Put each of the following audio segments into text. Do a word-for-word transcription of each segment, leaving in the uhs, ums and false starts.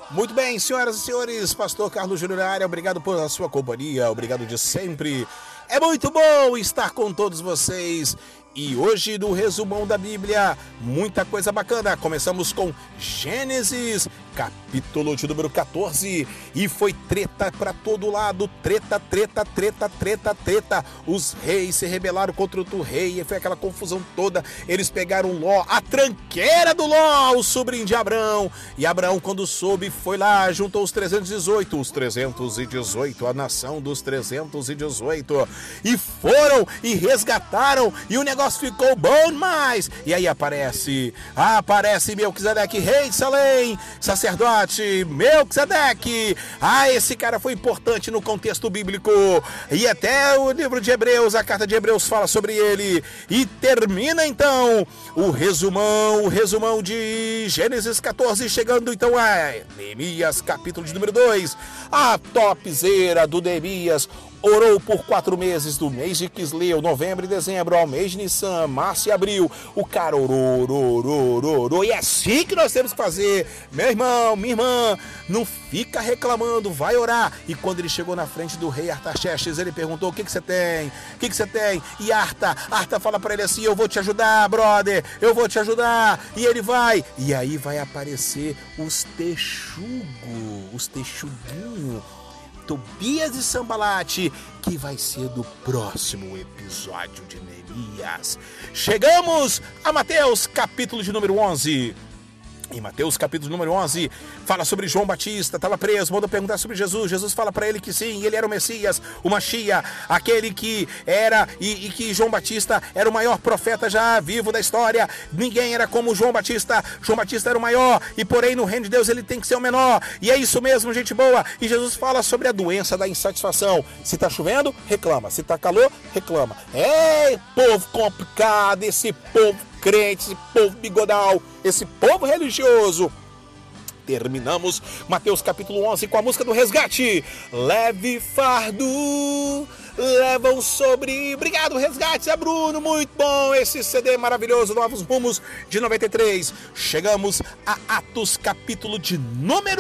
Muito bem, senhoras e senhores, pastor Carlos Júnior na área, obrigado pela sua companhia, obrigado de sempre. É muito bom estar com todos vocês. E hoje no resumão da Bíblia, muita coisa bacana. Começamos com Gênesis, capítulo de número quatorze. E foi treta pra todo lado, treta, treta, treta, treta, treta. Os reis se rebelaram contra outro rei e foi aquela confusão toda. Eles pegaram Ló, a tranqueira do Ló, o sobrinho de Abraão. E Abraão, quando soube, foi lá, juntou os trezentos e dezoito, os trezentos e dezoito, a nação dos trezentos e dezoito. E foram e resgataram e o negócio ficou bom demais. E aí aparece, aparece Melquisedeque, rei de Salém, sacerdote Melquisedeque. Ah, esse cara foi importante no contexto bíblico. E até o livro de Hebreus, a carta de Hebreus fala sobre ele. E termina então o resumão, o resumão de Gênesis quatorze, chegando então a Neemias, capítulo de número dois. A topzera do Neemias orou por quatro meses, do mês de Quisleu, novembro e dezembro, ao mês de Nissan, março e abril. O cara orou, orou, orou, orou, orou. E é assim que nós temos que fazer. Meu irmão, minha irmã, não fica reclamando, vai orar. E quando ele chegou na frente do rei Artaxerxes, ele perguntou: o que que você tem? O que que você tem? E Arta, Arta fala pra ele assim: eu vou te ajudar, brother, eu vou te ajudar. E ele vai. E aí vai aparecer os texugos, os texuguinhos, Tobias e Sambalate, que vai ser do próximo episódio de Neemias. Chegamos a Mateus, capítulo de número onze. Em Mateus, capítulo número onze, fala sobre João Batista, estava preso, mandou perguntar sobre Jesus. Jesus fala para ele que sim, ele era o Messias, o Machia, aquele que era, e, e que João Batista era o maior profeta já vivo da história. Ninguém era como João Batista. João Batista era o maior, e porém no reino de Deus ele tem que ser o menor. E é isso mesmo, gente boa. E Jesus fala sobre a doença da insatisfação. Se tá chovendo, reclama. Se tá calor, reclama. É povo complicado, esse povo crente, esse povo bigodal, esse povo religioso. Terminamos Mateus capítulo onze com a música do resgate. Leve fardo, levam sobre... Obrigado, Resgate, é Bruno, muito bom esse C D maravilhoso, Novos Rumos de noventa e três. Chegamos a Atos capítulo de número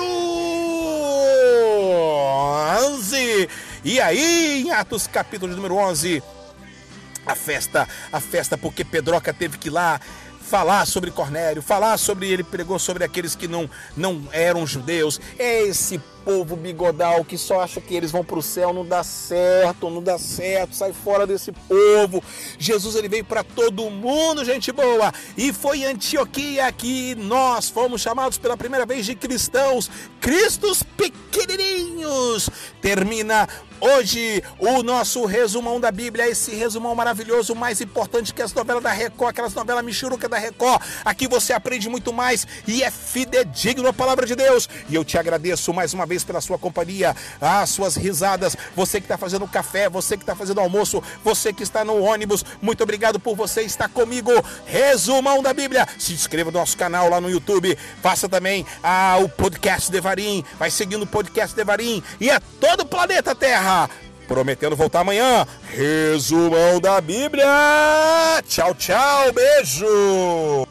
onze. E aí, em Atos capítulo de número onze, A festa, a festa porque Pedroca teve que ir lá falar sobre Cornélio, falar sobre, ele pregou sobre aqueles que não, não eram judeus. Esse povo bigodal que só acha que eles vão para o céu, não dá certo, não dá certo, sai fora desse povo. Jesus, ele veio para todo mundo, gente boa, e foi em Antioquia que nós fomos chamados pela primeira vez de cristãos, cristos pequenininhos. Termina hoje o nosso resumão da Bíblia, esse resumão maravilhoso, mais importante que as novelas da Record, aquelas novelas michuruca da Record. Aqui você aprende muito mais e é fidedigno a palavra de Deus. E eu te agradeço mais uma vez pela sua companhia, as suas risadas, você que está fazendo café, você que está fazendo almoço, você que está no ônibus, muito obrigado por você estar comigo. Resumão da Bíblia. Se inscreva no nosso canal lá no YouTube, faça também ah, o podcast Devarim, vai seguindo o podcast Devarim e é todo o planeta Terra. Prometendo voltar amanhã. Resumão da Bíblia. Tchau, tchau, beijo.